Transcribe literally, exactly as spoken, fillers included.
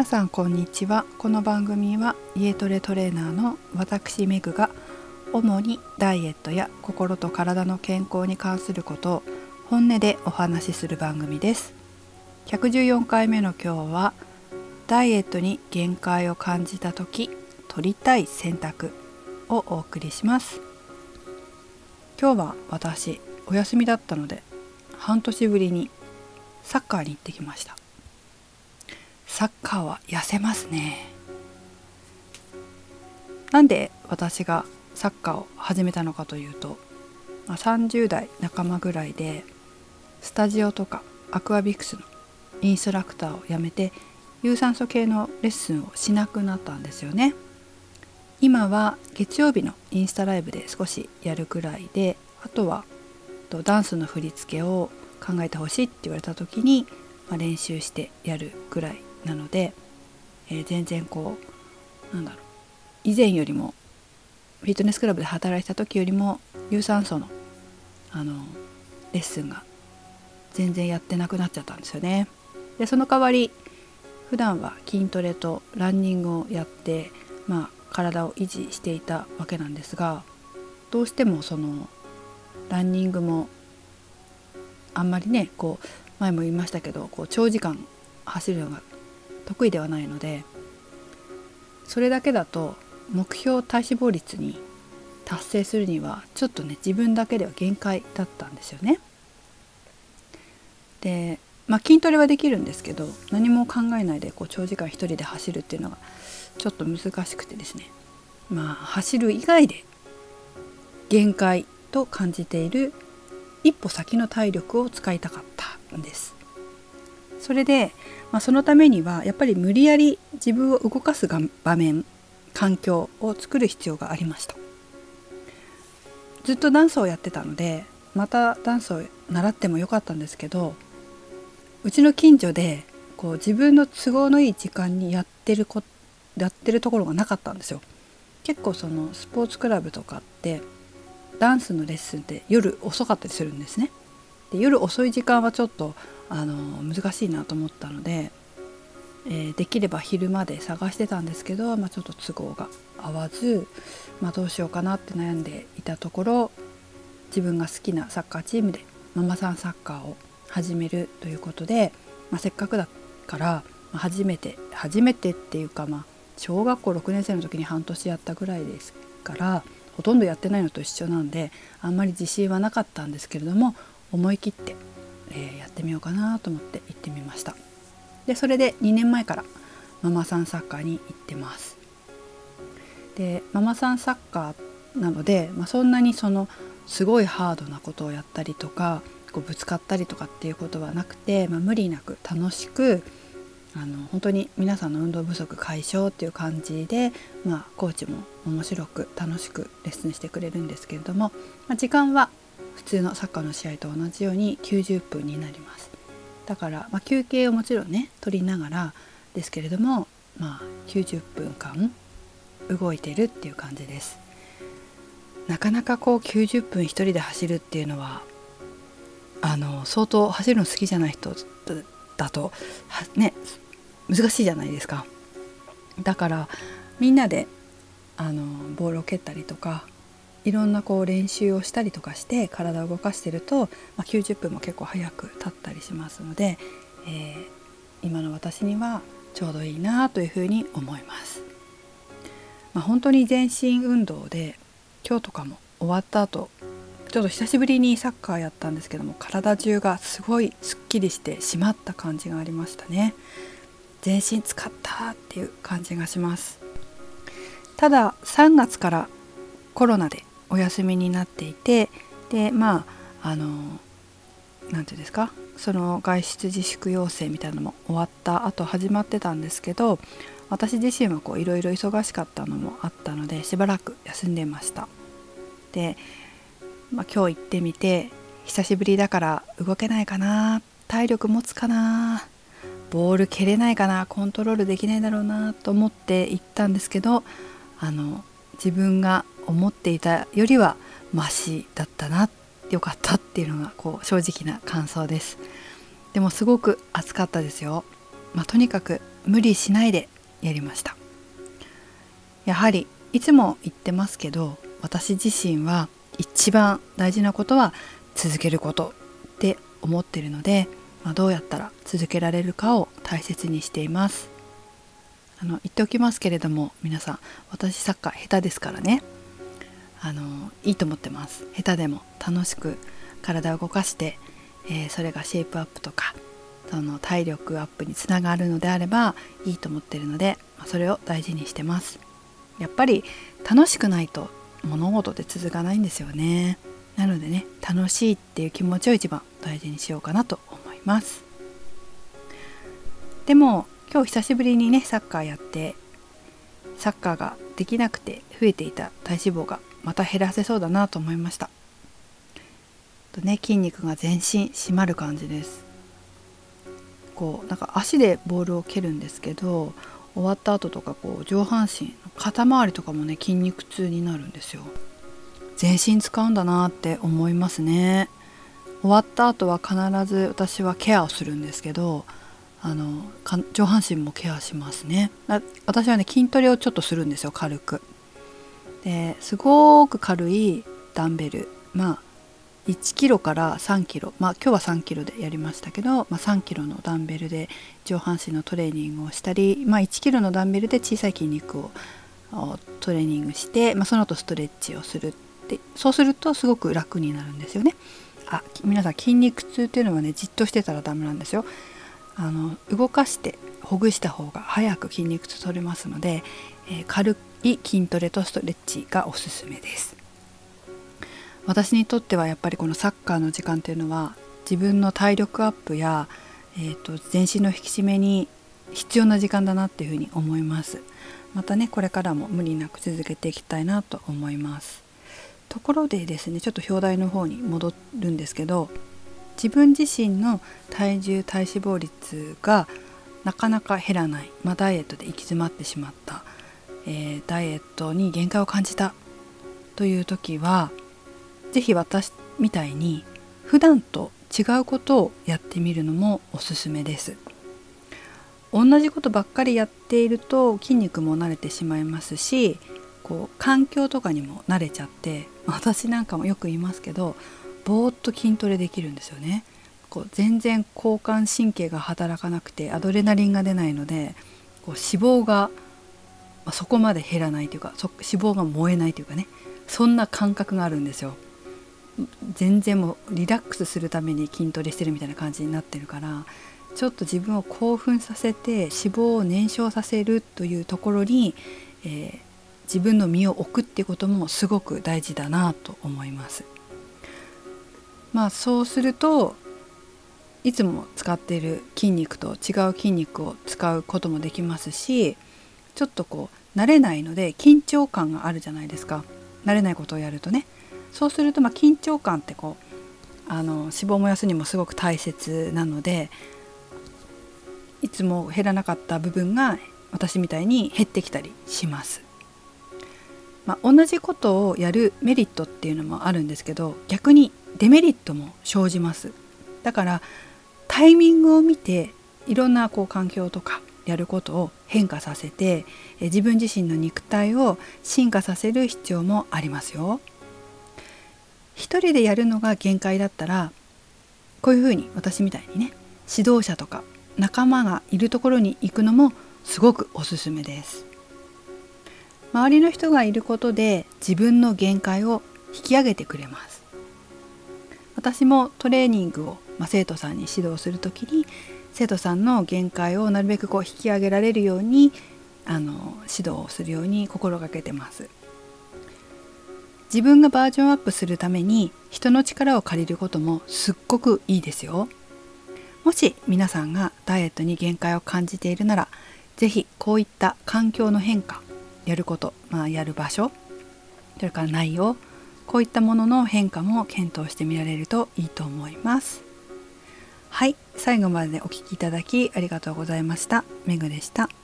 皆さんこんにちは。この番組は家トレトレーナーの私メグが主にダイエットや心と体の健康に関することを本音でお話しする番組です。ひゃくじゅうよんかいめの今日はダイエットに限界を感じた時取りたい選択をお送りします。今日は私お休みだったので半年ぶりにサッカーに行ってきました。サッカーは痩せますね。なんで私がサッカーを始めたのかというと、まあ、さんじゅう代半ばぐらいでスタジオとかアクアビクスのインストラクターを辞めて有酸素系のレッスンをしなくなったんですよね。今は月曜日のインスタライブで少しやるくらいで、あとはダンスの振り付けを考えてほしいって言われた時に、まあ、練習してやるくらいなので、えー、全然こうなんだろう以前よりもフィットネスクラブで働いてた時よりも有酸素のあのレッスンが全然やってなくなっちゃったんですよね。でその代わり普段は筋トレとランニングをやって、まあ、体を維持していたわけなんですが、どうしてもそのランニングもあんまりねこう前も言いましたけどこう長時間走るのが得意ではないので、それだけだと目標体脂肪率に達成するにはちょっとね自分だけでは限界だったんですよね。で、まあ、筋トレはできるんですけど何も考えないでこう長時間一人で走るっていうのがちょっと難しくてですね、まあ走る以外で限界と感じている一歩先の体力を使いたかったんです。それで、まあ、そのためにはやっぱり無理やり自分を動かす場面環境を作る必要がありました。ずっとダンスをやってたのでまたダンスを習ってもよかったんですけど、うちの近所でこう自分の都合のいい時間にやってるこやってるところがなかったんですよ。結構そのスポーツクラブとかってダンスのレッスンって夜遅かったりするんですね。で夜遅い時間はちょっとあの難しいなと思ったので、えー、できれば昼まで探してたんですけど、まあ、ちょっと都合が合わず、まあ、どうしようかなって悩んでいたところ、自分が好きなサッカーチームでママさんサッカーを始めるということで、まあ、せっかくだから、まあ、初めて初めてっていうか、まあ、小学校ろくねん生の時に半年やったぐらいですからほとんどやってないのと一緒なんであんまり自信はなかったんですけれども、思い切って、えー、やってみようかなと思って行ってみました。でそれでにねんまえからママさんサッカーに行ってます。でママさんサッカーなので、まあ、そんなにそのすごいハードなことをやったりとかこうぶつかったりとかっていうことはなくて、まあ、無理なく楽しくあの本当に皆さんの運動不足解消っていう感じで、まあ、コーチも面白く楽しくレッスンしてくれるんですけれども、まあ、時間は普通のサッカーの試合と同じようにきゅうじゅっぷんになります。だから、まあ、休憩をもちろんね取りながらですけれども、まあ、きゅうじゅっぷんかん動いてるっていう感じです。なかなかこうきゅうじゅっぷん一人で走るっていうのはあの相当走るの好きじゃない人だとね難しいじゃないですか。だからみんなであのボールを蹴ったりとかいろんなこう練習をしたりとかして体を動かしてると、まあ、きゅうじゅっぷんも結構早く経ったりしますので、えー、今の私にはちょうどいいなというふうに思います。まあ、本当に全身運動で今日とかも終わった後ちょっと久しぶりにサッカーやったんですけども、体中がすごいすっきりして締まった感じがありましたね。全身使ったっていう感じがします。たださんがつからコロナでお休みになっていて、でまああのなんていうんですか、その外出自粛要請みたいなのも終わった後始まってたんですけど、私自身はこういろいろ忙しかったのもあったのでしばらく休んでました。で、まあ、今日行ってみて久しぶりだから動けないかな、体力持つかな、ボール蹴れないかな、コントロールできないだろうなと思って行ったんですけど、あの自分が思っていたよりはマシだったな、よかったっていうのがこう正直な感想です。でもすごく暑かったですよ。 まあ、とにかく無理しないでやりました。やはりいつも言ってますけど、私自身は一番大事なことは続けることって思ってるので、まあ、どうやったら続けられるかを大切にしています。あの言っておきますけれども、皆さん、私サッカー下手ですからね。あのいいと思ってます。下手でも楽しく体を動かして、えー、それがシェイプアップとかその体力アップにつながるのであればいいと思ってるので、それを大事にしてます。やっぱり楽しくないと物事って続かないんですよね。なのでね、楽しいっていう気持ちを一番大事にしようかなと思います。でも今日久しぶりにねサッカーやって、サッカーができなくて増えていた体脂肪がまた減らせそうだなと思いました。とね、筋肉が全身締まる感じです。こうなんか足でボールを蹴るんですけど、終わった後とかこう上半身の肩周りとかもね筋肉痛になるんですよ。全身使うんだなって思いますね。終わった後は必ず私はケアをするんですけど、あの上半身もケアしますね。私はね筋トレをちょっとするんですよ、軽く。ですごく軽いダンベル、まあいちキロからさんキロ、まあ今日はさんキロでやりましたけど、まあ、さんキロのダンベルで上半身のトレーニングをしたり、まあ、いちキロのダンベルで小さい筋肉をトレーニングして、まあ、その後ストレッチをするって、そうするとすごく楽になるんですよね。あ、皆さん、筋肉痛っていうのはねじっとしてたらダメなんですよ。あの動かしてほぐした方が早く筋肉痛取れますので、えー、軽い筋トレとストレッチがおすすめです。私にとってはやっぱりこのサッカーの時間というのは自分の体力アップや、えー、と全身の引き締めに必要な時間だなっていうふうに思います。またねこれからも無理なく続けていきたいなと思います。ところでですね、ちょっと表題の方に戻るんですけど、自分自身の体重体脂肪率がなかなか減らない、まあ、ダイエットで行き詰まってしまった、えー、ダイエットに限界を感じたという時は、ぜひ私みたいに普段と違うことをやってみるのもおすすめです。同じことばっかりやっていると筋肉も慣れてしまいますし、こう環境とかにも慣れちゃって、私なんかもよく言いますけど、ぼーっと筋トレできるんですよね。こう全然交感神経が働かなくてアドレナリンが出ないので、こう脂肪が、まあ、そこまで減らないというか、そ脂肪が燃えないというかね、そんな感覚があるんですよ。全然もうリラックスするために筋トレしてるみたいな感じになってるから、ちょっと自分を興奮させて脂肪を燃焼させるというところに、えー、自分の身を置くっていうこともすごく大事だなと思います。まあそうするといつも使っている筋肉と違う筋肉を使うこともできますし、ちょっとこう慣れないので緊張感があるじゃないですか。慣れないことをやるとね。そうするとまあ緊張感ってこうあの脂肪を燃やすにもすごく大切なので、いつも減らなかった部分が私みたいに減ってきたりします。まあ、同じことをやるメリットっていうのもあるんですけど、逆にデメリットも生じます。だからタイミングを見ていろんなこう環境とかやることを変化させて、え自分自身の肉体を進化させる必要もありますよ。一人でやるのが限界だったら、こういうふうに私みたいにね、指導者とか仲間がいるところに行くのもすごくおすすめです。周りの人がいることで自分の限界を引き上げてくれます。私もトレーニングを、まあ、生徒さんに指導するときに、生徒さんの限界をなるべくこう引き上げられるようにあの指導をするように心がけてます。自分がバージョンアップするために人の力を借りることもすっごくいいですよ。もし皆さんがダイエットに限界を感じているなら、ぜひこういった環境の変化、やること、まあ、やる場所、それから内容、こういったものの変化も検討してみられるといいと思います。はい、最後までお聞きいただきありがとうございました。めぐでした。